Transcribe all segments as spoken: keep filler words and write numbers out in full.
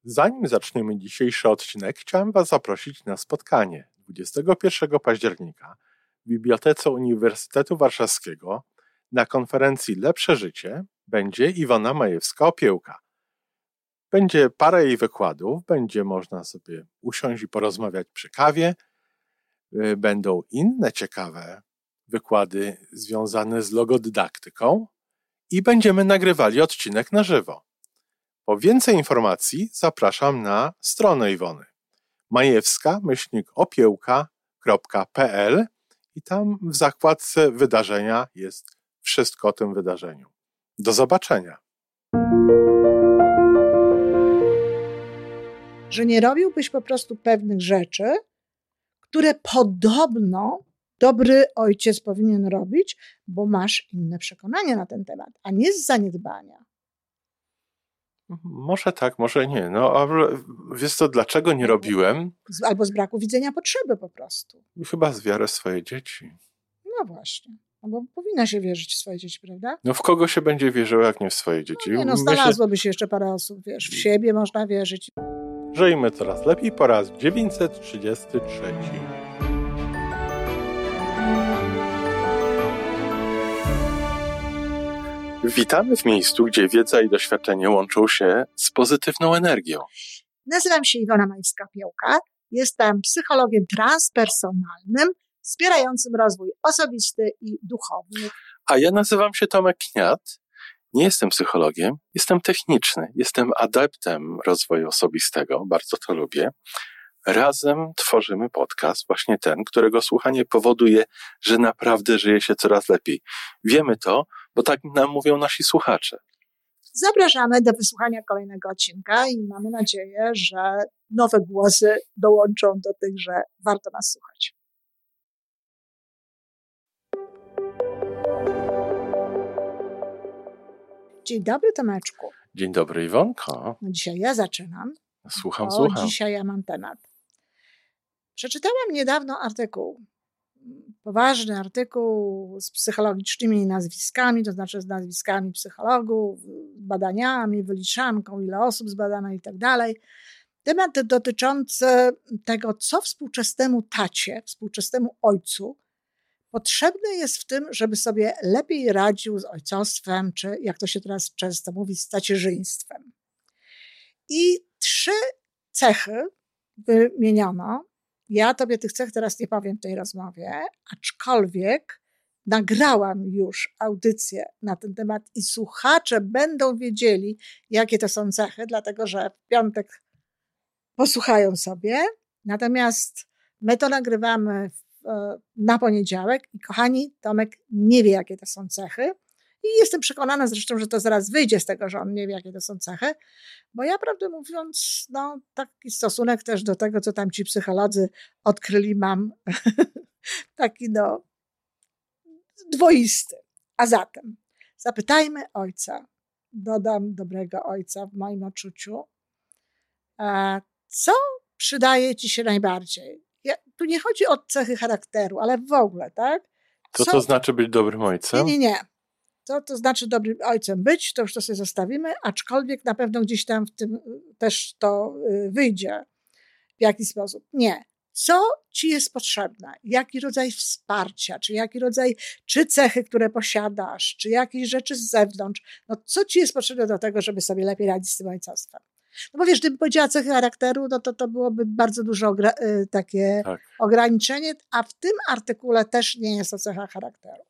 Zanim zaczniemy dzisiejszy odcinek, chciałem Was zaprosić na spotkanie dwudziestego pierwszego października w Bibliotece Uniwersytetu Warszawskiego. Na konferencji Lepsze Życie będzie Iwona Majewska-Opiełka. Będzie parę jej wykładów, będzie można sobie usiąść i porozmawiać przy kawie. Będą inne ciekawe wykłady związane z logodydaktyką i będziemy nagrywali odcinek na żywo. Po więcej informacji zapraszam na stronę Iwony majewska myślnik opiełka kropka p l i tam w zakładce wydarzenia jest wszystko o tym wydarzeniu. Do zobaczenia. Że nie robiłbyś po prostu pewnych rzeczy, które podobno dobry ojciec powinien robić, bo masz inne przekonania na ten temat, a nie z zaniedbania. Może tak, może nie. No, ale wiesz co, dlaczego nie robiłem? Albo z braku widzenia potrzeby po prostu. Chyba z wiary w swoje dzieci. No właśnie. No bo powinna się wierzyć w swoje dzieci, prawda? No w kogo się będzie wierzyło, jak nie w swoje dzieci? No nie, no znalazłoby się jeszcze parę osób, wiesz, w siebie można wierzyć. Żyjmy coraz lepiej po raz dziewięćset trzydziesty trzeci. Witamy w miejscu, gdzie wiedza i doświadczenie łączą się z pozytywną energią. Nazywam się Iwona Majewska-Opiełka. Jestem psychologiem transpersonalnym, wspierającym rozwój osobisty i duchowy. A ja nazywam się Tomek Kniat. Nie jestem psychologiem, jestem techniczny, jestem adeptem rozwoju osobistego, bardzo to lubię. Razem tworzymy podcast, właśnie ten, którego słuchanie powoduje, że naprawdę żyje się coraz lepiej. Wiemy to, bo tak nam mówią nasi słuchacze. Zapraszamy do wysłuchania kolejnego odcinka i mamy nadzieję, że nowe głosy dołączą do tych, że warto nas słuchać. Dzień dobry, Tomeczku. Dzień dobry, Iwonko. No dzisiaj ja zaczynam. Słucham, o, słucham. Dzisiaj ja mam temat. Przeczytałam niedawno artykuł, poważny artykuł z psychologicznymi nazwiskami, to znaczy z nazwiskami psychologów, badaniami, wyliczanką, ile osób zbadano i tak dalej. Temat dotyczący tego, co współczesnemu tacie, współczesnemu ojcu potrzebne jest w tym, żeby sobie lepiej radził z ojcostwem, czy jak to się teraz często mówi, z tacierzyństwem. I trzy cechy wymieniono. Ja tobie tych cech teraz nie powiem w tej rozmowie, aczkolwiek nagrałam już audycję na ten temat i słuchacze będą wiedzieli, jakie to są cechy, dlatego że w piątek posłuchają sobie. Natomiast my to nagrywamy w, na poniedziałek i kochani, Tomek nie wie, jakie to są cechy. I jestem przekonana zresztą, że to zaraz wyjdzie z tego, że on nie wie, jakie to są cechy, bo ja prawdę mówiąc, no taki stosunek też do tego, co tam ci psycholodzy odkryli mam, taki no dwoisty. A zatem zapytajmy ojca, dodam dobrego ojca w moim odczuciu, co przydaje ci się najbardziej? Ja, tu nie chodzi o cechy charakteru, ale w ogóle, tak? Co to znaczy być dobrym ojcem? Nie, nie, nie. Co to znaczy dobrym ojcem być, to już to sobie zostawimy, aczkolwiek na pewno gdzieś tam w tym też to wyjdzie w jakiś sposób. Nie. Co ci jest potrzebne? Jaki rodzaj wsparcia, czy jaki rodzaj, czy cechy, które posiadasz, czy jakieś rzeczy z zewnątrz, no co ci jest potrzebne do tego, żeby sobie lepiej radzić z tym ojcostwem? No bo wiesz, gdybym powiedziała cechy charakteru, no to to byłoby bardzo duże ogra- takie tak. ograniczenie, a w tym artykule też nie jest to cecha charakteru.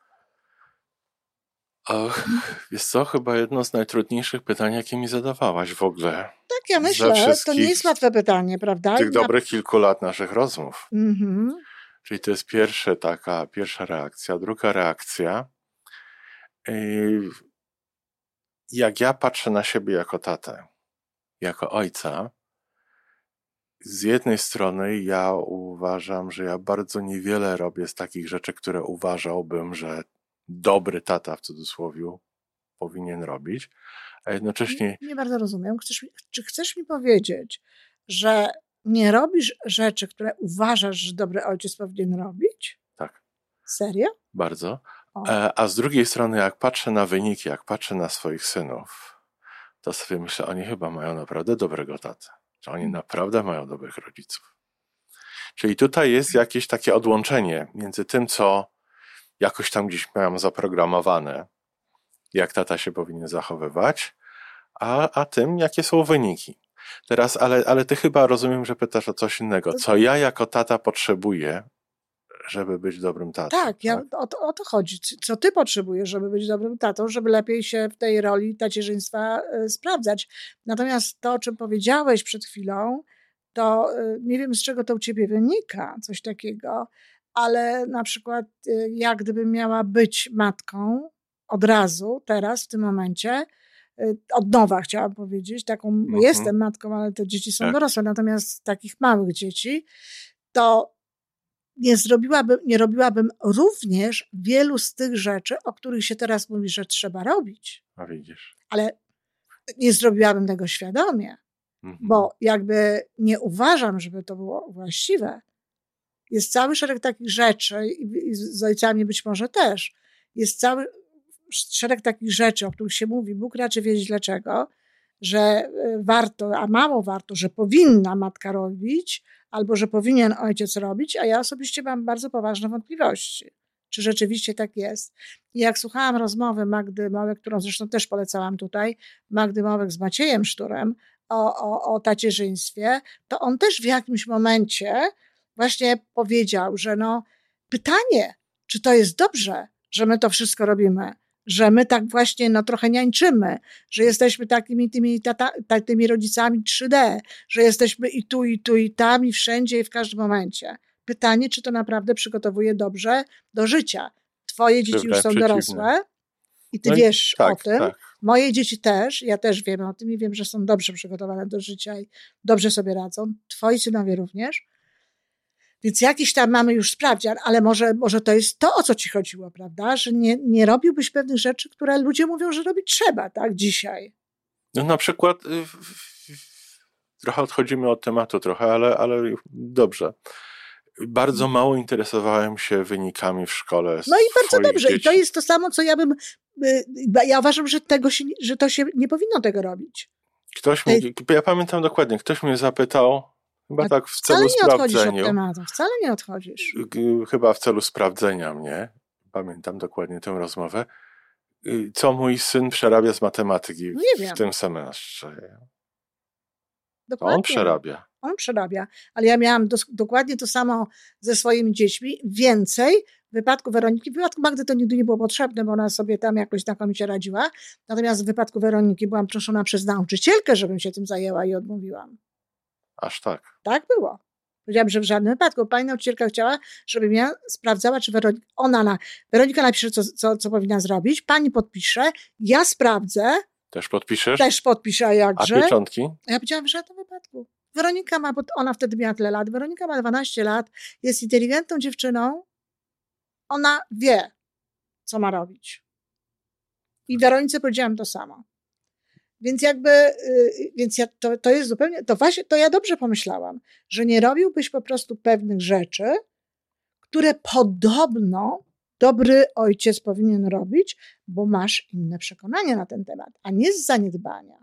Och, wiesz co, chyba jedno z najtrudniejszych pytań, jakie mi zadawałaś w ogóle. Tak, ja myślę, to nie jest łatwe pytanie, prawda? Tych dobrych kilku lat naszych rozmów. Mm-hmm. Czyli to jest pierwsza taka, pierwsza reakcja. Druga reakcja. Yy, jak ja patrzę na siebie jako tatę, jako ojca, z jednej strony ja uważam, że ja bardzo niewiele robię z takich rzeczy, które uważałbym, że dobry tata w cudzysłowie powinien robić, a jednocześnie... Nie, nie bardzo rozumiem. Chcesz, czy chcesz mi powiedzieć, że nie robisz rzeczy, które uważasz, że dobry ojciec powinien robić? Tak. Serio? Bardzo. A, a z drugiej strony, jak patrzę na wyniki, jak patrzę na swoich synów, to sobie myślę, oni chyba mają naprawdę dobrego tatę. Że oni naprawdę mają dobrych rodziców. Czyli tutaj jest jakieś takie odłączenie między tym, co jakoś tam gdzieś miałem zaprogramowane, jak tata się powinien zachowywać, a, a tym, jakie są wyniki. Teraz, ale, ale ty chyba rozumiem, że pytasz o coś innego. Co ja jako tata potrzebuję, żeby być dobrym tatą? Tak, ja, o, to, o to chodzi. Co ty potrzebujesz, żeby być dobrym tatą, żeby lepiej się w tej roli tacierzyństwa y, sprawdzać. Natomiast to, o czym powiedziałeś przed chwilą, to y, nie wiem, z czego to u ciebie wynika, coś takiego, ale na przykład y, ja gdybym miała być matką od razu, teraz, w tym momencie, y, od nowa chciałam powiedzieć, taką, mhm. jestem matką, ale te dzieci są tak. dorosłe, natomiast takich małych dzieci, to nie zrobiłabym, nie robiłabym również wielu z tych rzeczy, o których się teraz mówi, że trzeba robić. A widzisz. Ale nie zrobiłabym tego świadomie, mhm. bo jakby nie uważam, żeby to było właściwe. Jest cały szereg takich rzeczy i z ojcami być może też. Jest cały szereg takich rzeczy, o których się mówi, Bóg raczy wiedzieć dlaczego, że warto, a mało warto, że powinna matka robić, albo że powinien ojciec robić, a ja osobiście mam bardzo poważne wątpliwości, czy rzeczywiście tak jest. I jak słuchałam rozmowy Magdy Mołek, którą zresztą też polecałam tutaj, Magdy Mołek z Maciejem Szturem o, o, o tacierzyństwie, to on też w jakimś momencie właśnie powiedział, że no pytanie, czy to jest dobrze, że my to wszystko robimy, że my tak właśnie no trochę niańczymy, że jesteśmy takimi tymi, tata, ta, tymi rodzicami trzy D, że jesteśmy i tu, i tu, i tam, i wszędzie, i w każdym momencie. Pytanie, czy to naprawdę przygotowuje dobrze do życia. Twoje dzieci już są dorosłe i ty no wiesz tak, o tym. Tak. Moje dzieci też, ja też wiem o tym i wiem, że są dobrze przygotowane do życia i dobrze sobie radzą. Twoi synowie również. Więc jakiś tam mamy już sprawdzian, ale może, może to jest to, o co ci chodziło, prawda? Że nie, nie robiłbyś pewnych rzeczy, które ludzie mówią, że robić trzeba, tak? Dzisiaj. No na przykład y, y, trochę odchodzimy od tematu trochę, ale, ale dobrze. Bardzo mało interesowałem się wynikami w szkole. No i bardzo dobrze. Dzieci. I to jest to samo, co ja bym... Y, ja uważam, że, tego się, że to się nie powinno tego robić. Ktoś mnie, ja pamiętam dokładnie, ktoś mnie zapytał, chyba A tak w celu wcale nie sprawdzenia. Odchodzisz od tematu, wcale nie odchodzisz. Chyba w celu sprawdzenia mnie, pamiętam dokładnie tę rozmowę, co mój syn przerabia z matematyki no w, w tym semestrze. Dokładnie. On przerabia. On przerabia, ale ja miałam dos- dokładnie to samo ze swoimi dziećmi. Więcej w wypadku Weroniki, w wypadku Magdy to nigdy nie było potrzebne, bo ona sobie tam jakoś znakomicie radziła. Natomiast w wypadku Weroniki byłam proszona przez nauczycielkę, żebym się tym zajęła i odmówiłam. Aż tak? Tak było. Powiedziałam, że w żadnym wypadku. Pani nauczycielka chciała, żebym ja sprawdzała, czy Weronika, ona na, Weronika napisze, co, co, co powinna zrobić, pani podpisze, ja sprawdzę. Też podpiszesz? Też podpiszę, a jakże. A pieczątki? A ja powiedziałam, w żadnym wypadku. Weronika ma, bo ona wtedy miała tyle lat, Weronika ma dwanaście lat, jest inteligentną dziewczyną, ona wie, co ma robić. I Weronice powiedziałam to samo. Więc jakby, yy, więc ja, to, to jest zupełnie, to właśnie, to ja dobrze pomyślałam, że nie robiłbyś po prostu pewnych rzeczy, które podobno dobry ojciec powinien robić, bo masz inne przekonania na ten temat, a nie z zaniedbania.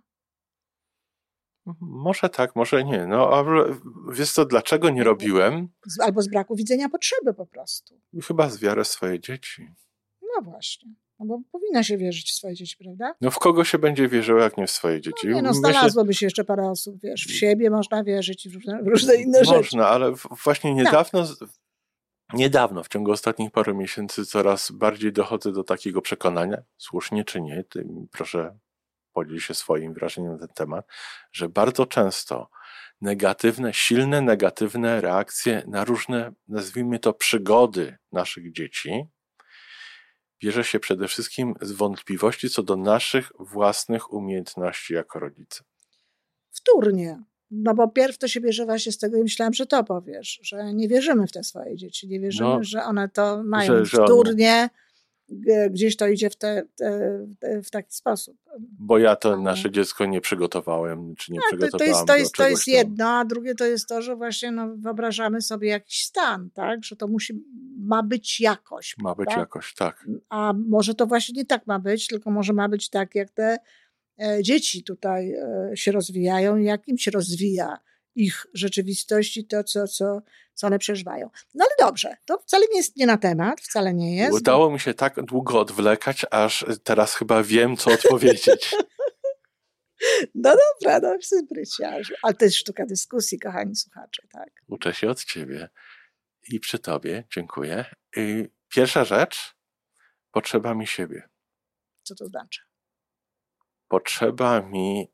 Może tak, może nie. No, ale wiesz co, dlaczego nie robiłem? Albo z braku widzenia potrzeby po prostu. Chyba z wiary w swoje dzieci. No właśnie. No bo powinna się wierzyć w swoje dzieci, prawda? No w kogo się będzie wierzyło, jak nie w swoje dzieci? No nie, no znalazłoby się jeszcze parę osób, wiesz, w siebie można wierzyć i w różne, w różne inne można, rzeczy. Można, ale właśnie niedawno, tak. niedawno, w ciągu ostatnich paru miesięcy coraz bardziej dochodzę do takiego przekonania, słusznie czy nie, ty proszę podziel się swoim wrażeniem na ten temat, że bardzo często negatywne, silne negatywne reakcje na różne, nazwijmy to, przygody naszych dzieci bierze się przede wszystkim z wątpliwości co do naszych własnych umiejętności jako rodzice. Wtórnie. No bo pierw to się bierze właśnie z tego i myślałam, że to powiesz, że nie wierzymy w te swoje dzieci, nie wierzymy, no, że one to mają że, że wtórnie, one... gdzieś to idzie w, te, te, te, w taki sposób. Bo ja to nasze dziecko nie przygotowałem, czy nie no, przygotowałam to jest, to jest, do to jest tam. jedno, a drugie to jest to, że właśnie no, wyobrażamy sobie jakiś stan, tak, że to musi, ma być jakoś. Ma być tak? jakoś, tak. A może to właśnie nie tak ma być, tylko może ma być tak, jak te dzieci tutaj się rozwijają, jak im się rozwija ich rzeczywistość i to, co, co, co one przeżywają. No ale dobrze, to wcale nie jest nie na temat, wcale nie jest. Udało bo... mi się tak długo odwlekać, aż teraz chyba wiem, co odpowiedzieć. No dobra, no bryciarzu. Ale to jest sztuka dyskusji, kochani słuchacze, tak. Uczę się od ciebie i przy tobie, dziękuję. Pierwsza rzecz, potrzeba mi siebie. Co to znaczy? Potrzeba mi...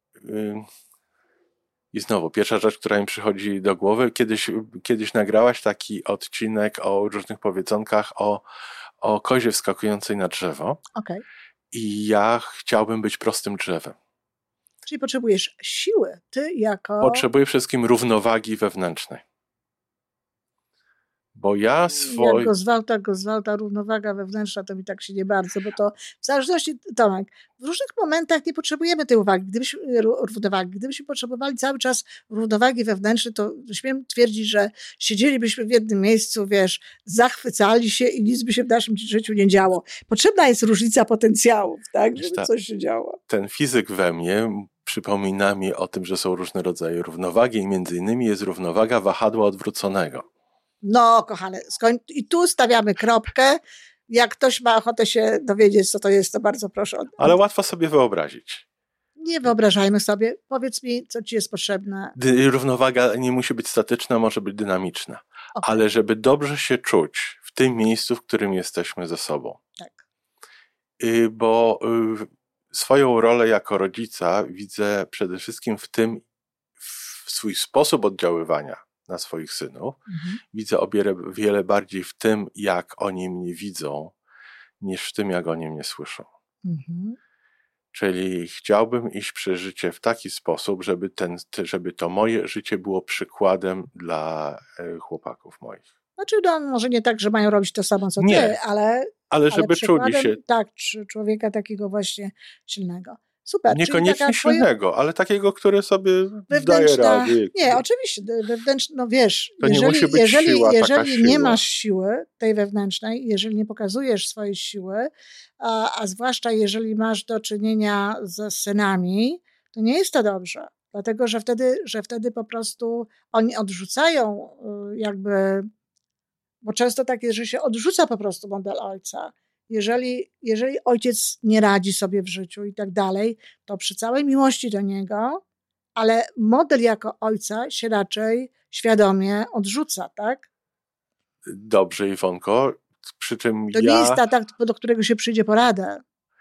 I znowu, pierwsza rzecz, która mi przychodzi do głowy, kiedyś, kiedyś nagrałaś taki odcinek o różnych powiedzonkach o, o kozie wskakującej na drzewo. Okay. I ja chciałbym być prostym drzewem. Czyli potrzebujesz siły, ty jako... Potrzebuję przede wszystkim równowagi wewnętrznej. Bo ja swój... Jak go zwał, tak go zwał, ta równowaga wewnętrzna to mi tak się nie bardzo, bo to w zależności, Tomek, w różnych momentach nie potrzebujemy tej uwagi, gdybyśmy, równowagi. Gdybyśmy potrzebowali cały czas równowagi wewnętrznej, to śmiem twierdzić, że siedzielibyśmy w jednym miejscu, wiesz, zachwycali się i nic by się w naszym życiu nie działo. Potrzebna jest różnica potencjałów, tak, żeby ta, coś się działo. Ten fizyk we mnie przypomina mi o tym, że są różne rodzaje równowagi i między innymi jest równowaga wahadła odwróconego. No, kochane, skoń... i tu stawiamy kropkę. Jak ktoś ma ochotę się dowiedzieć, co to jest, to bardzo proszę. Od... Ale łatwo sobie wyobrazić. Nie wyobrażajmy sobie. Powiedz mi, co ci jest potrzebne. Dy- równowaga nie musi być statyczna, może być dynamiczna. Okay. Ale żeby dobrze się czuć w tym miejscu, w którym jesteśmy ze sobą. Tak. Y- bo y- swoją rolę jako rodzica widzę przede wszystkim w tym, w swój sposób oddziaływania na swoich synów. Mhm. Widzę o wiele, wiele bardziej w tym, jak oni mnie widzą, niż w tym, jak oni mnie słyszą. Mhm. Czyli chciałbym iść przez życie w taki sposób, żeby, ten, żeby to moje życie było przykładem dla chłopaków moich. Znaczy, no, może nie tak, że mają robić to samo, co nie, ty, ale... Ale żeby ale czuli się... Tak, człowieka takiego właśnie silnego. Super. Niekoniecznie silnego, twoja... ale takiego, który sobie daje radę. Nie, oczywiście, wewnętrzna, no wiesz, to jeżeli, nie musi być jeżeli, siła, jeżeli taka nie siła. masz siły tej wewnętrznej, jeżeli nie pokazujesz swojej siły, a, a zwłaszcza jeżeli masz do czynienia ze synami, to nie jest to dobrze. Dlatego, że wtedy, że wtedy po prostu oni odrzucają jakby, bo często tak jest, że się odrzuca po prostu model ojca. Jeżeli, jeżeli ojciec nie radzi sobie w życiu i tak dalej, to przy całej miłości do niego, ale model jako ojca się raczej świadomie odrzuca, tak? Dobrze, Iwonko, przy czym to ja... nie jest tak, do którego się przyjdzie poradę.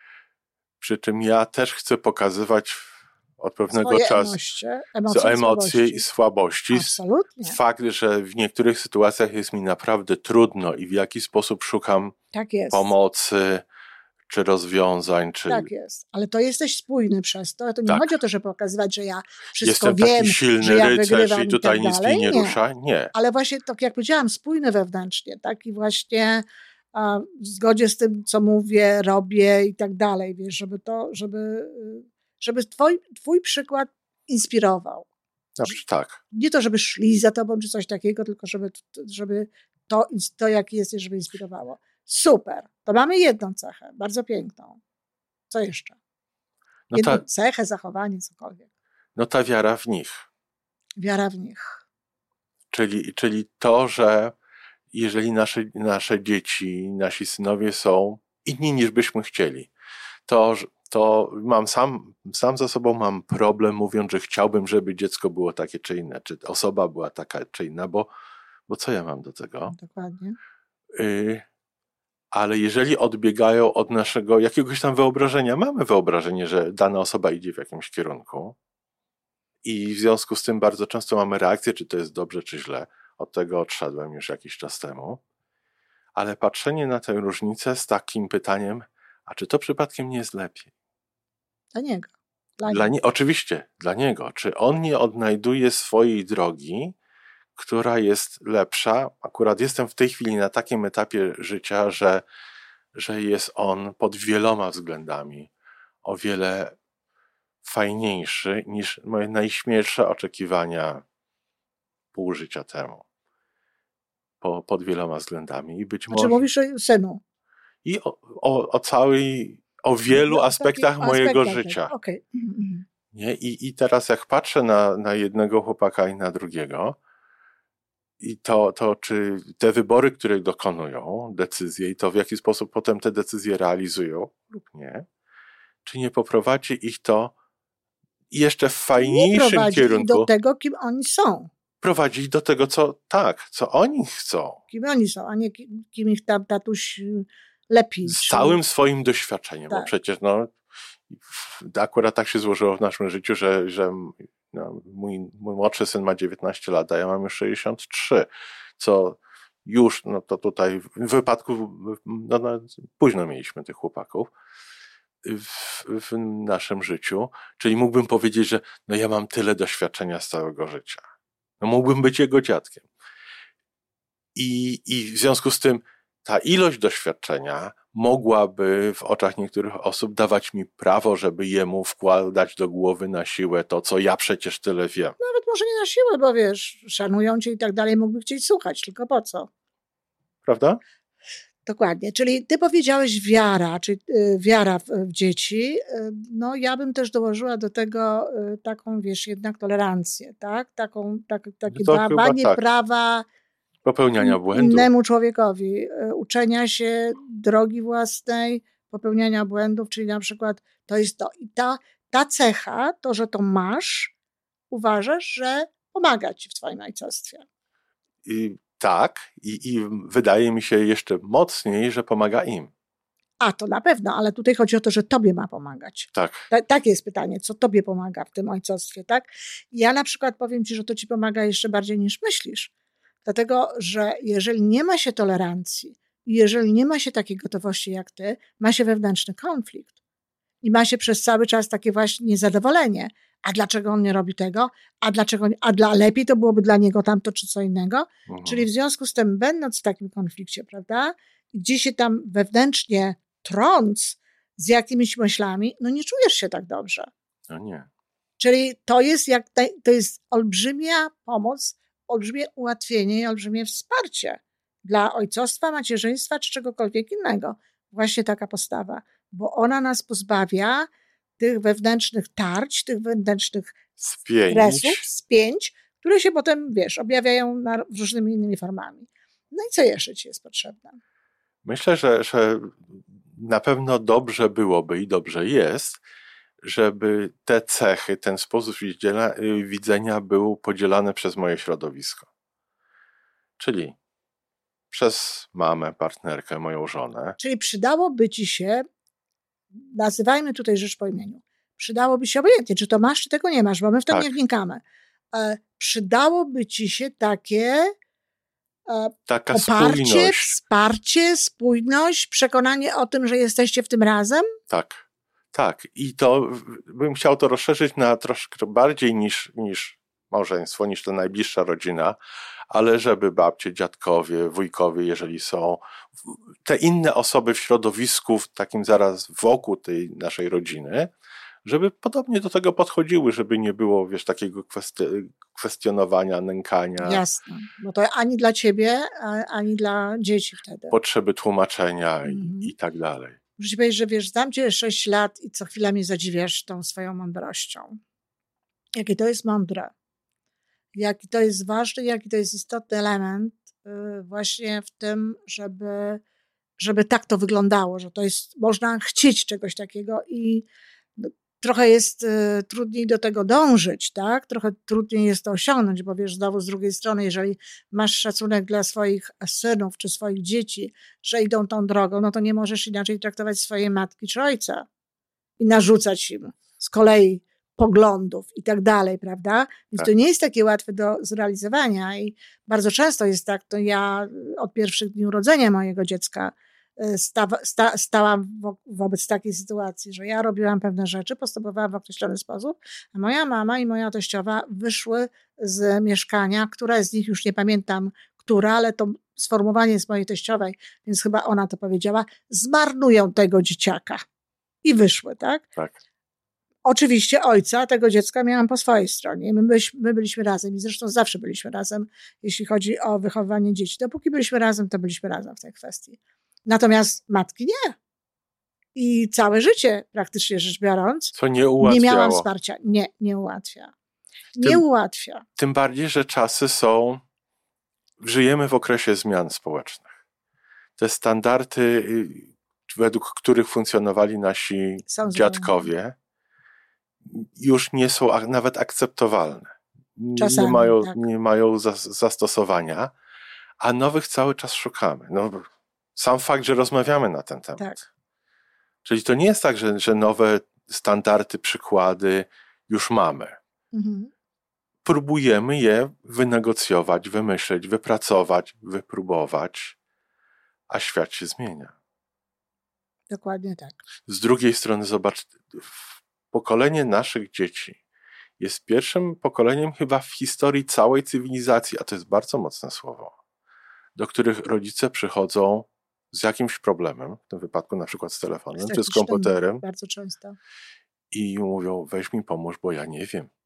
Przy czym ja też chcę pokazywać od pewnego Swoje czasu emocje, emocje, emocje i słabości. i słabości. Absolutnie. Fakt, że w niektórych sytuacjach jest mi naprawdę trudno i w jaki sposób szukam tak jest. pomocy, czy rozwiązań. Czy... Tak jest, ale to jesteś spójny przez to. To nie tak. chodzi o to, żeby pokazywać, że ja wszystko Jestem wiem, taki silny że ja rycerz wygrywam i tutaj i tak nic dalej. mnie nie, nie rusza. Nie. Ale właśnie, tak jak powiedziałam, spójny wewnętrznie, tak? I właśnie a, w zgodzie z tym, co mówię, robię i tak dalej, wiesz, żeby to, żeby, żeby twój, twój przykład inspirował. Znaczy, tak. Nie to, żeby szli za tobą, czy coś takiego, tylko żeby, żeby to, to, jaki jesteś, żeby inspirowało. Super. To mamy jedną cechę, bardzo piękną. Co jeszcze? No jedną ta, cechę, zachowanie, cokolwiek. No ta wiara w nich. Wiara w nich. Czyli, czyli to, że jeżeli nasze, nasze dzieci, nasi synowie są inni niż byśmy chcieli, to, to mam sam, sam za sobą mam problem, mówiąc, że chciałbym, żeby dziecko było takie czy inne, czy osoba była taka czy inna, bo, bo co ja mam do tego? Dokładnie. Y, ale jeżeli odbiegają od naszego jakiegoś tam wyobrażenia, mamy wyobrażenie, że dana osoba idzie w jakimś kierunku i w związku z tym bardzo często mamy reakcję, czy to jest dobrze, czy źle. Od tego odszedłem już jakiś czas temu. Ale patrzenie na tę różnicę z takim pytaniem, a czy to przypadkiem nie jest lepiej? Dla niego. Dla dla niego. Nie, oczywiście, dla niego. Czy on nie odnajduje swojej drogi, która jest lepsza? Akurat jestem w tej chwili na takim etapie życia, że, że jest on pod wieloma względami o wiele fajniejszy niż moje najśmielsze oczekiwania pół życia temu. Po, pod wieloma względami. I być znaczy może... mówisz o synu. I o, o, o całej o wielu No, aspektach takich mojego aspektach życia. tego. Okej. Mhm. Nie? I, I teraz jak patrzę na, na jednego chłopaka i na drugiego, i to, to czy te wybory, które dokonują, decyzje i to w jaki sposób potem te decyzje realizują lub nie, czy nie poprowadzi ich to jeszcze w Nie fajniejszym prowadzi ich do kierunku, tego, kim oni są. prowadzi ich do tego, co tak, co oni chcą. Kim oni są, a nie kim, kim ich tam tatuś y, lepi. Z czy- całym swoim doświadczeniem, bo Tak. przecież no, akurat tak się złożyło w naszym życiu, że, że no, mój, mój młodszy syn ma dziewiętnaście lat, a ja mam już sześćdziesiąt trzy, co już, no to tutaj w wypadku, no, no, późno mieliśmy tych chłopaków w, w naszym życiu, czyli mógłbym powiedzieć, że no ja mam tyle doświadczenia z całego życia. No mógłbym być jego dziadkiem. I, i w związku z tym ta ilość doświadczenia mogłaby w oczach niektórych osób dawać mi prawo, żeby jemu wkładać do głowy na siłę to, co ja przecież tyle wiem. Nawet może nie na siłę, bo wiesz, szanują cię i tak dalej, mógłby chcieć słuchać, tylko po co? Prawda? Dokładnie. Czyli ty powiedziałeś wiara, czyli y, wiara w, w dzieci. Y, no ja bym też dołożyła do tego y, taką, wiesz, jednak tolerancję, tak? Taką, tak, takie To chyba dawanie tak. prawa Popełniania błędów. innemu człowiekowi, y, uczenia się drogi własnej, popełniania błędów, czyli na przykład to jest to. I ta, ta cecha, to, że to masz, uważasz, że pomaga ci w twoim ojcostwie. I tak, i, i wydaje mi się jeszcze mocniej, że pomaga im. A, to na pewno, ale tutaj chodzi o to, że tobie ma pomagać. Tak. Ta, takie jest pytanie, co tobie pomaga w tym ojcostwie, tak? Ja na przykład powiem ci, że to ci pomaga jeszcze bardziej niż myślisz. Dlatego, że jeżeli nie ma się tolerancji, jeżeli nie ma się takiej gotowości jak ty, ma się wewnętrzny konflikt. I ma się przez cały czas takie właśnie niezadowolenie. A dlaczego on nie robi tego? A dlaczego, a dla lepiej to byłoby dla niego tamto czy co innego? Mhm. Czyli w związku z tym, będąc w takim konflikcie, prawda, gdzie się tam wewnętrznie trąc z jakimiś myślami, no nie czujesz się tak dobrze. No nie. Czyli to jest, jak, to jest olbrzymia pomoc, olbrzymie ułatwienie i olbrzymie wsparcie dla ojcostwa, macierzyństwa czy czegokolwiek innego. Właśnie taka postawa, bo ona nas pozbawia tych wewnętrznych tarć, tych wewnętrznych Spięć. stresów, spięć, które się potem, wiesz, objawiają na, różnymi innymi formami. No i co jeszcze ci jest potrzebne? Myślę, że, że na pewno dobrze byłoby i dobrze jest, żeby te cechy, ten sposób widzenia był podzielany przez moje środowisko. Czyli przez mamę, partnerkę, moją żonę. Czyli przydałoby ci się, nazywajmy tutaj rzecz po imieniu, przydałoby się, obojętnie, czy to masz, czy tego nie masz, bo my w to Tak. nie wnikamy. E, przydałoby ci się takie e, Taka poparcie, spójność. wsparcie, spójność, przekonanie o tym, że jesteście w tym razem? Tak, tak. I to bym chciał to rozszerzyć na troszkę bardziej niż, niż małżeństwo, niż ta najbliższa rodzina, ale żeby babcie, dziadkowie, wujkowie, jeżeli są, te inne osoby w środowisku, w takim zaraz wokół tej naszej rodziny, żeby podobnie do tego podchodziły, żeby nie było, wiesz, takiego kwesti- kwestionowania, nękania. Jasne, bo to ani dla ciebie, a- ani dla dzieci wtedy. Potrzeby tłumaczenia Mhm. i, i tak dalej. Muszę ci powiedzieć, że wiesz, znam cię sześć lat i co chwila mnie zadziwiasz tą swoją mądrością. Jakie to jest mądre. Jaki to jest ważny, jaki to jest istotny element y, właśnie w tym, żeby, żeby tak to wyglądało, że to jest, można chcieć czegoś takiego i no, trochę jest y, trudniej do tego dążyć, tak? Trochę trudniej jest to osiągnąć, bo wiesz, znowu z drugiej strony, jeżeli masz szacunek dla swoich synów czy swoich dzieci, że idą tą drogą, no to nie możesz inaczej traktować swojej matki czy ojca i narzucać im z kolei poglądów i tak dalej, prawda? Więc Tak. to nie jest takie łatwe do zrealizowania i bardzo często jest tak, to ja od pierwszych dni urodzenia mojego dziecka Stawa, sta, stałam wo, wobec takiej sytuacji, że ja robiłam pewne rzeczy, postępowałam w określony sposób, a moja mama i moja teściowa wyszły z mieszkania, która z nich już nie pamiętam, która, ale to sformułowanie z mojej teściowej, więc chyba ona to powiedziała, zmarnują tego dzieciaka. I wyszły, tak? Tak. Oczywiście ojca tego dziecka miałam po swojej stronie. My byliśmy, my byliśmy razem i zresztą zawsze byliśmy razem, jeśli chodzi o wychowywanie dzieci. Dopóki byliśmy razem, to byliśmy razem w tej kwestii. Natomiast matki nie. I całe życie, praktycznie rzecz biorąc, Co nie ułatwiało. nie miałam wsparcia. Nie, nie ułatwia. Nie Tym, ułatwia. Tym bardziej, że czasy są... Żyjemy w okresie zmian społecznych. Te standardy, według których funkcjonowali nasi są dziadkowie, już nie są nawet akceptowalne. Czasami, nie mają, tak. nie mają zastosowania, a nowych cały czas szukamy. No, sam fakt, że rozmawiamy na ten temat. Tak. Czyli to nie jest tak, że, że nowe standardy, przykłady już mamy. Mhm. Próbujemy je wynegocjować, wymyśleć, wypracować, wypróbować, a świat się zmienia. Dokładnie tak. Z drugiej strony zobacz, pokolenie naszych dzieci jest pierwszym pokoleniem chyba w historii całej cywilizacji, a to jest bardzo mocne słowo, do których rodzice przychodzą z jakimś problemem, w tym wypadku na przykład z telefonem, z czy z komputerem. Bardzo często. I mówią, weź mi pomóż, bo ja nie wiem.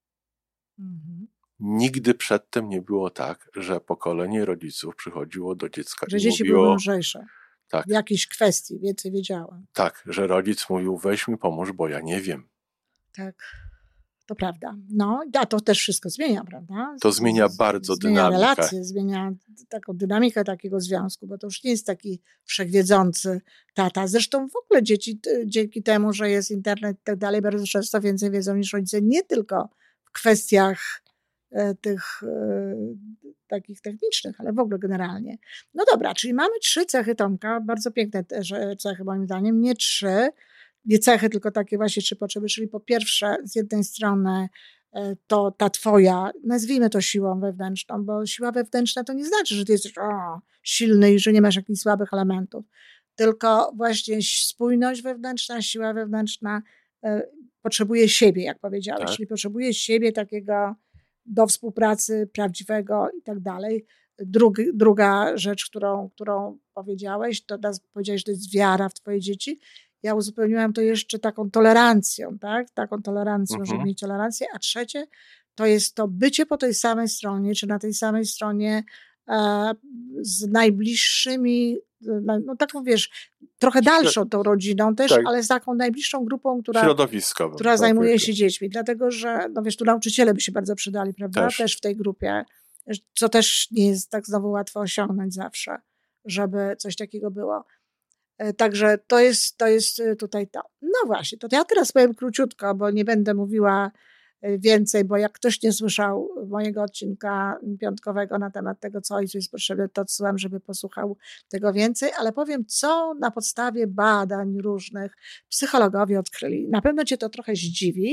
Mhm. Nigdy przedtem nie było tak, że pokolenie rodziców przychodziło do dziecka że i dzieci mówiło... były mądrzejsze. Tak. W jakiejś kwestii, więcej wiedziałam. Tak, że rodzic mówił, weź mi pomóż, bo ja nie wiem. Tak, to prawda. No, a to też wszystko zmienia, prawda? To zmienia bardzo zmienia dynamikę. Zmienia relacje, zmienia taką dynamikę takiego związku, bo to już nie jest taki wszechwiedzący tata. Zresztą w ogóle dzieci dzięki temu, że jest internet i tak dalej, bardzo często więcej wiedzą niż rodzice, nie tylko w kwestiach e, tych e, takich technicznych, ale w ogóle generalnie. No dobra, czyli mamy trzy cechy Tomka, bardzo piękne też cechy moim zdaniem, nie trzy, nie cechy, tylko takie właśnie trzy potrzeby, czyli po pierwsze z jednej strony to ta twoja, nazwijmy to siłą wewnętrzną, bo siła wewnętrzna to nie znaczy, że ty jesteś o, silny i że nie masz jakichś słabych elementów, tylko właśnie spójność wewnętrzna, siła wewnętrzna e, potrzebuje siebie, jak powiedziałeś, tak. Czyli potrzebuje siebie takiego do współpracy prawdziwego i tak dalej. Drugi, druga rzecz, którą, którą powiedziałeś, to powiedziałeś, że to jest wiara w twoje dzieci. Ja uzupełniłam to jeszcze taką tolerancją, tak? Taką tolerancją, mhm. żeby mieć tolerancję. A trzecie, to jest to bycie po tej samej stronie, czy na tej samej stronie e, z najbliższymi, no taką wiesz, trochę dalszą tą rodziną też, tak. Ale z taką najbliższą grupą, która, środowiskową, która zajmuje się dziećmi. Dlatego, że no wiesz, tu nauczyciele by się bardzo przydali, prawda? Też. też w tej grupie, co też nie jest tak znowu łatwo osiągnąć zawsze, żeby coś takiego było. Także to jest, to jest tutaj to. No właśnie, to ja teraz powiem króciutko, bo nie będę mówiła więcej, bo jak ktoś nie słyszał mojego odcinka piątkowego na temat tego, co ojcu jest potrzebne, to odsyłam, żeby posłuchał tego więcej, ale powiem, co na podstawie badań różnych psychologowie odkryli. Na pewno cię to trochę zdziwi,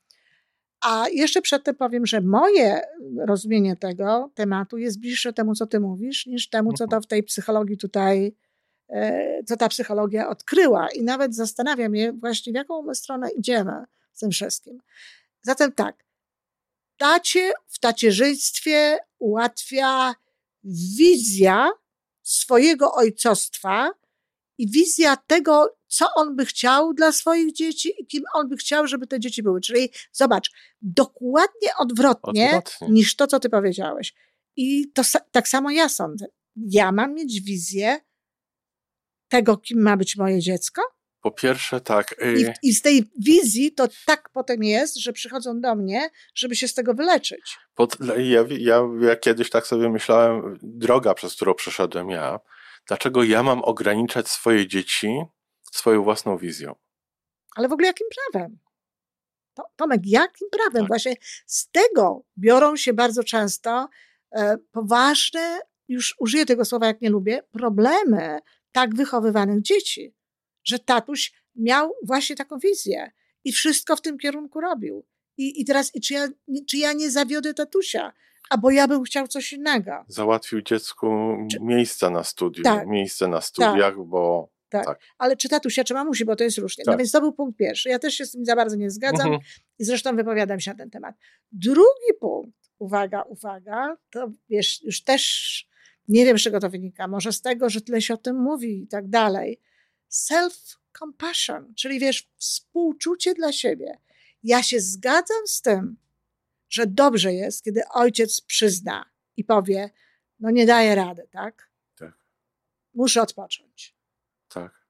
a jeszcze przedtem powiem, że moje rozumienie tego tematu jest bliższe temu, co ty mówisz, niż temu, co to w tej psychologii tutaj co ta psychologia odkryła i nawet zastanawiam się właśnie, w jaką stronę idziemy z tym wszystkim. Zatem tak, tacie, w tacierzyństwie ułatwia wizja swojego ojcostwa i wizja tego, co on by chciał dla swoich dzieci i kim on by chciał, żeby te dzieci były. Czyli zobacz, dokładnie odwrotnie, odwrotnie. niż to, co ty powiedziałeś. I to tak samo ja sądzę. Ja mam mieć wizję tego, kim ma być moje dziecko. Po pierwsze tak. Yy... I, I z tej wizji to tak potem jest, że przychodzą do mnie, żeby się z tego wyleczyć. Pod, ja, ja, ja kiedyś tak sobie myślałem, droga, przez którą przeszedłem ja, dlaczego ja mam ograniczać swoje dzieci swoją własną wizją? Ale w ogóle jakim prawem? To, Tomek, jakim prawem? Tak. Właśnie z tego biorą się bardzo często e, poważne, już użyję tego słowa, jak nie lubię, problemy tak wychowywanych dzieci, że tatuś miał właśnie taką wizję i wszystko w tym kierunku robił. I, i teraz, i czy, ja, czy ja nie zawiodę tatusia, albo ja bym chciał coś innego. Załatwił dziecku czy... miejsce na studium, tak. miejsce na studiach, tak. bo... Tak. tak, ale czy tatusia, czy mamusi, bo to jest różnie. Tak. No więc to był punkt pierwszy. Ja też się z tym za bardzo nie zgadzam uh-huh. i zresztą wypowiadam się na ten temat. Drugi punkt, uwaga, uwaga, to wiesz, już też... Nie wiem, z czego to wynika. Może z tego, że tyle się o tym mówi i tak dalej. Self-compassion, czyli wiesz, współczucie dla siebie. Ja się zgadzam z tym, że dobrze jest, kiedy ojciec przyzna i powie, no nie daję rady, tak? Tak. Muszę odpocząć. Tak.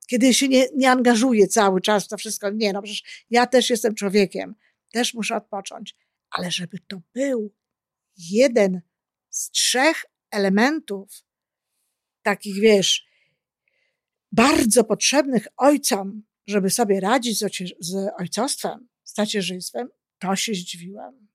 kiedy się nie, nie angażuję cały czas w to wszystko. Nie, no przecież ja też jestem człowiekiem, też muszę odpocząć. Ale żeby to był jeden z trzech elementów takich, wiesz, bardzo potrzebnych ojcom, żeby sobie radzić z, ocie- z ojcostwem, z tacierzyństwem, to się zdziwiłam.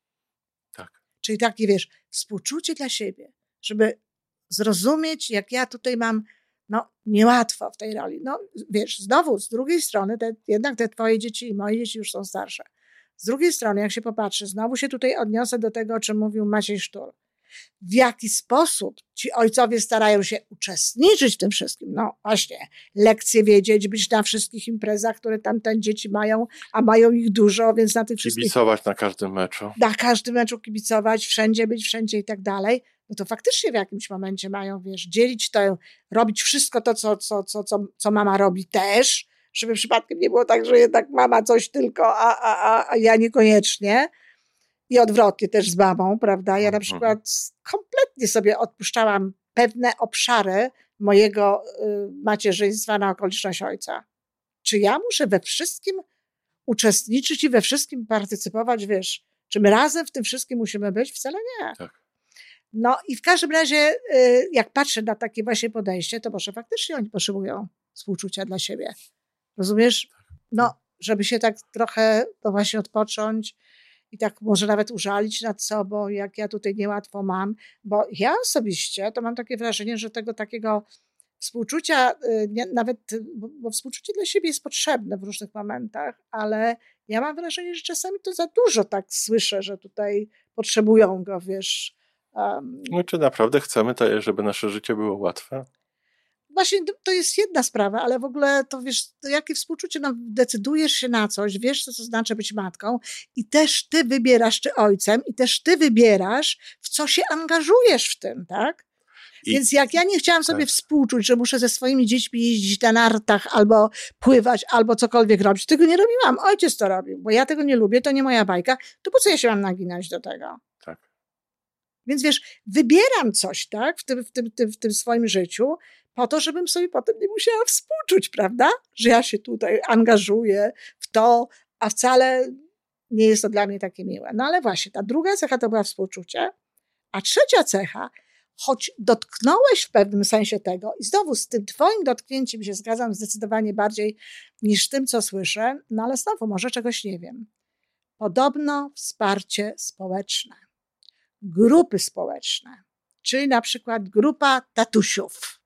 Tak. Czyli takie, wiesz, współczucie dla siebie, żeby zrozumieć, jak ja tutaj mam, no, niełatwo w tej roli. No, wiesz, znowu, z drugiej strony, te, jednak te twoje dzieci i moje dzieci już są starsze. Z drugiej strony, jak się popatrzy, znowu się tutaj odniosę do tego, o czym mówił Maciej Sztur. W jaki sposób ci ojcowie starają się uczestniczyć w tym wszystkim. No właśnie, lekcje wiedzieć, być na wszystkich imprezach, które tamte dzieci mają, a mają ich dużo, więc na tych wszystkich... Kibicować na każdym meczu. Na każdym meczu kibicować, wszędzie być, wszędzie i tak dalej. No to faktycznie w jakimś momencie mają, wiesz, dzielić to, robić wszystko to, co, co, co, co, co mama robi też, żeby przypadkiem nie było tak, że jednak mama coś tylko, a, a, a, a ja niekoniecznie. I odwrotnie też z mamą, prawda? Ja na przykład kompletnie sobie odpuszczałam pewne obszary mojego y, macierzyństwa na okoliczność ojca. Czy ja muszę we wszystkim uczestniczyć i we wszystkim partycypować, wiesz? Czy my razem w tym wszystkim musimy być? Wcale nie. Tak. No i w każdym razie, y, jak patrzę na takie właśnie podejście, to może faktycznie oni potrzebują współczucia dla siebie. Rozumiesz? No, żeby się tak trochę, to właśnie odpocząć, i tak może nawet użalić nad sobą, jak ja tutaj niełatwo mam, bo ja osobiście to mam takie wrażenie, że tego takiego współczucia, nie, nawet, bo, bo współczucie dla siebie jest potrzebne w różnych momentach, ale ja mam wrażenie, że czasami to za dużo tak słyszę, że tutaj potrzebują go, wiesz. Um, no, czy naprawdę chcemy, to, żeby nasze życie było łatwe? Właśnie to jest jedna sprawa, ale w ogóle to wiesz, to jakie współczucie, no decydujesz się na coś, wiesz, co to znaczy być matką i też ty wybierasz, czy ojcem, i też ty wybierasz, w co się angażujesz w tym, tak? I, Więc jak ja nie chciałam sobie tak. współczuć, że muszę ze swoimi dziećmi jeździć na nartach albo pływać, albo cokolwiek robić, tego nie robiłam. Ojciec to robił, bo ja tego nie lubię, to nie moja bajka, to po co ja się mam naginać do tego? Tak. Więc wiesz, wybieram coś, tak, w tym, w tym, tym, w tym swoim życiu, po to, żebym sobie potem nie musiała współczuć, prawda? Że ja się tutaj angażuję w to, a wcale nie jest to dla mnie takie miłe. No ale właśnie, ta druga cecha to była współczucie, a trzecia cecha, choć dotknąłeś w pewnym sensie tego i znowu z tym twoim dotknięciem się zgadzam zdecydowanie bardziej niż tym, co słyszę, no ale znowu może czegoś nie wiem. Podobno wsparcie społeczne, grupy społeczne, czyli na przykład grupa tatusiów,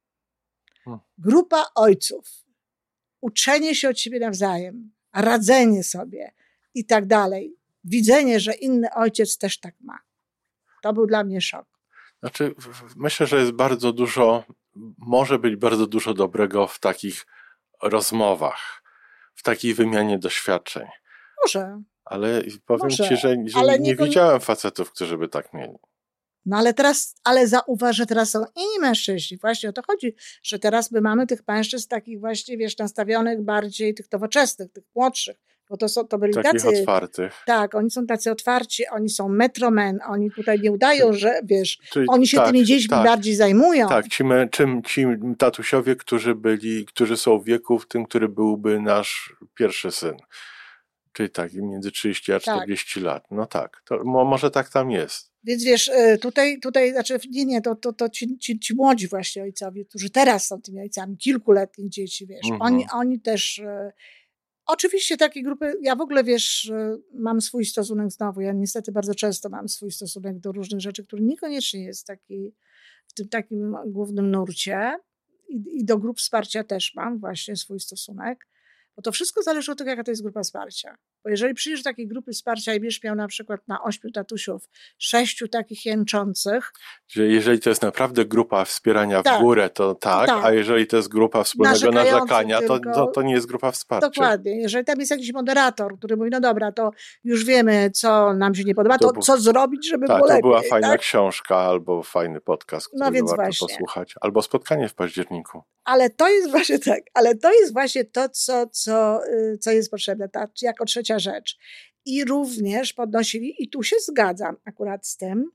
grupa ojców, uczenie się od siebie nawzajem, radzenie sobie i tak dalej. Widzenie, że inny ojciec też tak ma. To był dla mnie szok. Znaczy, myślę, że jest bardzo dużo, może być bardzo dużo dobrego w takich rozmowach, w takiej wymianie doświadczeń. Może. Ale powiem może, ci, że, że ale nie, nie widziałem facetów, którzy by tak mieli. No ale teraz, ale zauważ, że teraz są inni mężczyźni. Właśnie o to chodzi, że teraz my mamy tych mężczyzn takich właśnie, wiesz, nastawionych bardziej, tych nowoczesnych, tych młodszych, bo to są, to byli takich tacy... otwartych. Tak, oni są tacy otwarci, oni są metromen, oni tutaj nie udają, że, wiesz, Czyli, oni się tak, tymi dziećmi tak, bardziej zajmują. Tak, ci, czym, ci tatusiowie, którzy byli, którzy są w wieku w tym, który byłby nasz pierwszy syn. Czyli tak, między trzydzieści a czterdzieści tak. lat. No tak, to może tak tam jest. Więc wiesz, tutaj, tutaj znaczy, nie, nie, to, to, to ci, ci, ci młodzi właśnie ojcowie, którzy teraz są tymi ojcami, kilkuletnich dzieci, wiesz, mhm. oni, oni też, e, oczywiście takie grupy, ja w ogóle, wiesz, e, mam swój stosunek znowu, ja niestety bardzo często mam swój stosunek do różnych rzeczy, który niekoniecznie jest taki, w tym takim głównym nurcie i, i do grup wsparcia też mam właśnie swój stosunek, bo to wszystko zależy od tego, jaka to jest grupa wsparcia. Bo jeżeli przyjdziesz do takiej grupy wsparcia i będziesz miał na przykład na ośmiu tatusiów, sześciu takich jęczących. Że jeżeli to jest naprawdę grupa wspierania tak, w górę, to tak, tak, a jeżeli to jest grupa wspólnego narzekania, to, to, to nie jest grupa wsparcia. Dokładnie. Jeżeli tam jest jakiś moderator, który mówi, no dobra, to już wiemy, co nam się nie podoba, to, to był, co zrobić, żeby tak, było lepiej. To była fajna tak? książka albo fajny podcast, który no więc warto właśnie. posłuchać. Albo spotkanie w październiku. Ale to jest właśnie tak, ale to jest właśnie to, co, co, co jest potrzebne, ta, jako trzecia rzecz. I również podnosili, i tu się zgadzam akurat z tym,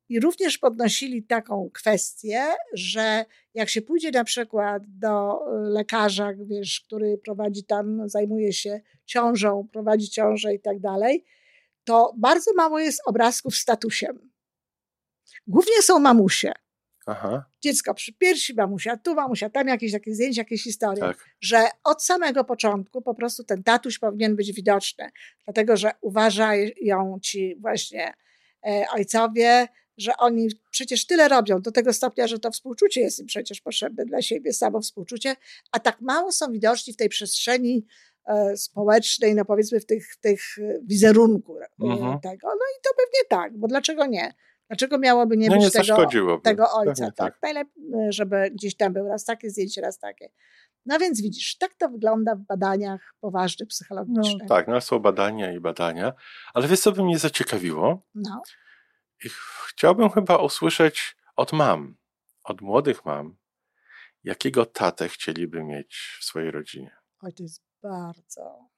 I również podnosili taką kwestię, że jak się pójdzie na przykład do lekarza, wiesz, który prowadzi tam, zajmuje się ciążą, prowadzi ciążę i tak dalej, to bardzo mało jest obrazków z tatusiem. Głównie są mamusie. Aha. Dziecko przy piersi, mamusia tu, mamusia tam, jakieś takie zdjęcia, jakieś historie. Tak. Że od samego początku po prostu ten tatuś powinien być widoczny, dlatego że uważają ci właśnie e, ojcowie, że oni przecież tyle robią, do tego stopnia, że to współczucie jest im przecież potrzebne dla siebie, samo współczucie, a tak mało są widoczni w tej przestrzeni e, społecznej, no powiedzmy w tych, w tych wizerunku mhm. tego. No i to pewnie tak, bo dlaczego nie? Dlaczego miałoby nie no być nie tego, tego ojca? Pewnie Tak, tak. Najlepiej, żeby gdzieś tam był raz takie zdjęcie, raz takie. No więc widzisz, tak to wygląda w badaniach poważnych, psychologicznych. No, tak, no są badania i badania, ale wiesz, co by mnie zaciekawiło? No. I chciałbym chyba usłyszeć od mam, od młodych mam, jakiego tatę chcieliby mieć w swojej rodzinie. Oj, to jest bardzo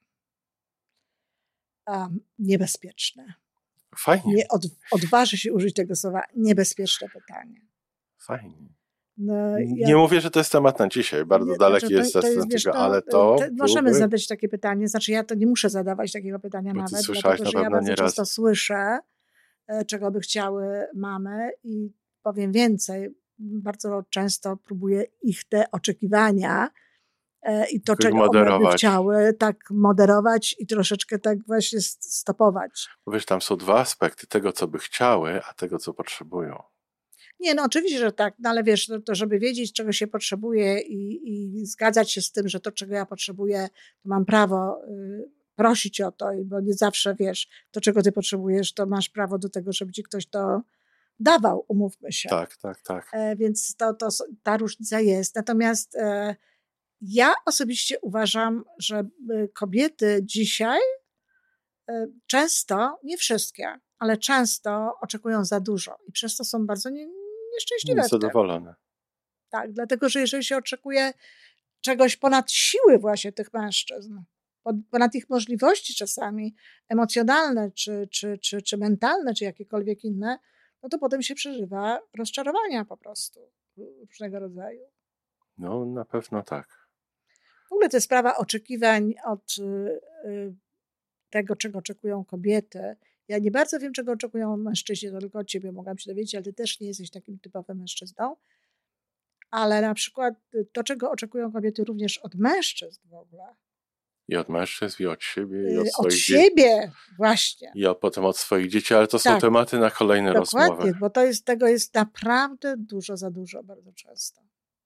um, niebezpieczne. Fajnie. Nie od, odważę się użyć tego słowa, niebezpieczne pytanie. Fajnie. No, nie ja, mówię, że to jest temat na dzisiaj, bardzo nie, daleki to, jest to, to jest jest, wiesz, tego, to, ale to to Możemy byłoby... zadać takie pytanie, znaczy ja to nie muszę zadawać takiego pytania Bo ty nawet, słyszałaś dlatego, na że ja bardzo nieraz. często słyszę, czego by chciały mamy i powiem więcej, bardzo często próbuję ich te oczekiwania i to, czego one by chciały, tak moderować i troszeczkę tak właśnie stopować. Bo wiesz, tam są dwa aspekty, tego, co by chciały, a tego, co potrzebują. Nie, no oczywiście, że tak, no ale wiesz, to, to żeby wiedzieć, czego się potrzebuje i, i zgadzać się z tym, że to, czego ja potrzebuję, to mam prawo y, prosić o to, bo nie zawsze, wiesz, to, czego ty potrzebujesz, to masz prawo do tego, żeby ci ktoś to dawał, umówmy się. Tak, tak, tak. E, więc to, to, ta różnica jest. Natomiast e, ja osobiście uważam, że kobiety dzisiaj e, często, nie wszystkie, ale często oczekują za dużo i przez to są bardzo nie, nieszczęśliwe. Niezadowolone. Tak, dlatego, że jeżeli się oczekuje czegoś ponad siły właśnie tych mężczyzn, ponad ich możliwości czasami emocjonalne, czy, czy, czy, czy mentalne, czy jakiekolwiek inne, no to potem się przeżywa rozczarowania po prostu różnego rodzaju. No na pewno tak. W ogóle to jest sprawa oczekiwań od y, tego, czego oczekują kobiety. Ja nie bardzo wiem, czego oczekują mężczyźni, to tylko od ciebie mogłam się dowiedzieć, ale ty też nie jesteś takim typowym mężczyzną. Ale na przykład to, czego oczekują kobiety również od mężczyzn w ogóle. I od mężczyzn, i od siebie, i od, od swoich siebie, dzieci. Właśnie. I od, potem od swoich dzieci, ale to są tak. tematy na kolejne Dokładnie, rozmowy. bo to jest, tego jest naprawdę dużo za dużo bardzo często.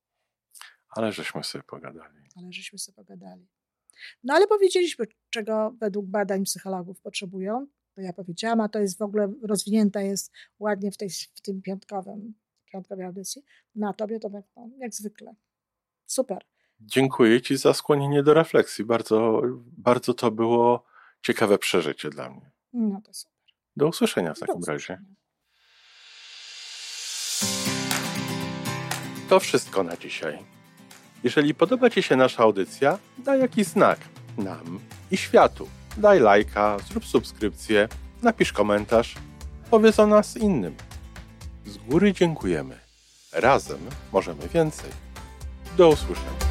Ale żeśmy sobie pogadali. Ale żeśmy sobie pogadali. No ale powiedzieliśmy, czego według badań psychologów potrzebują. To ja powiedziałam, a to jest w ogóle rozwinięta jest ładnie w, tej, w tym piątkowym, piątkowej audycji. Na tobie to tak, no, jak zwykle. Super. Dziękuję ci za skłonienie do refleksji. Bardzo, bardzo to było ciekawe przeżycie dla mnie. No to super. Do usłyszenia w do takim usłyszenia. razie. To wszystko na dzisiaj. Jeżeli podoba ci się nasza audycja, daj jakiś znak nam i światu. Daj lajka, zrób subskrypcję, napisz komentarz, powiedz o nas innym. Z góry dziękujemy. Razem możemy więcej. Do usłyszenia.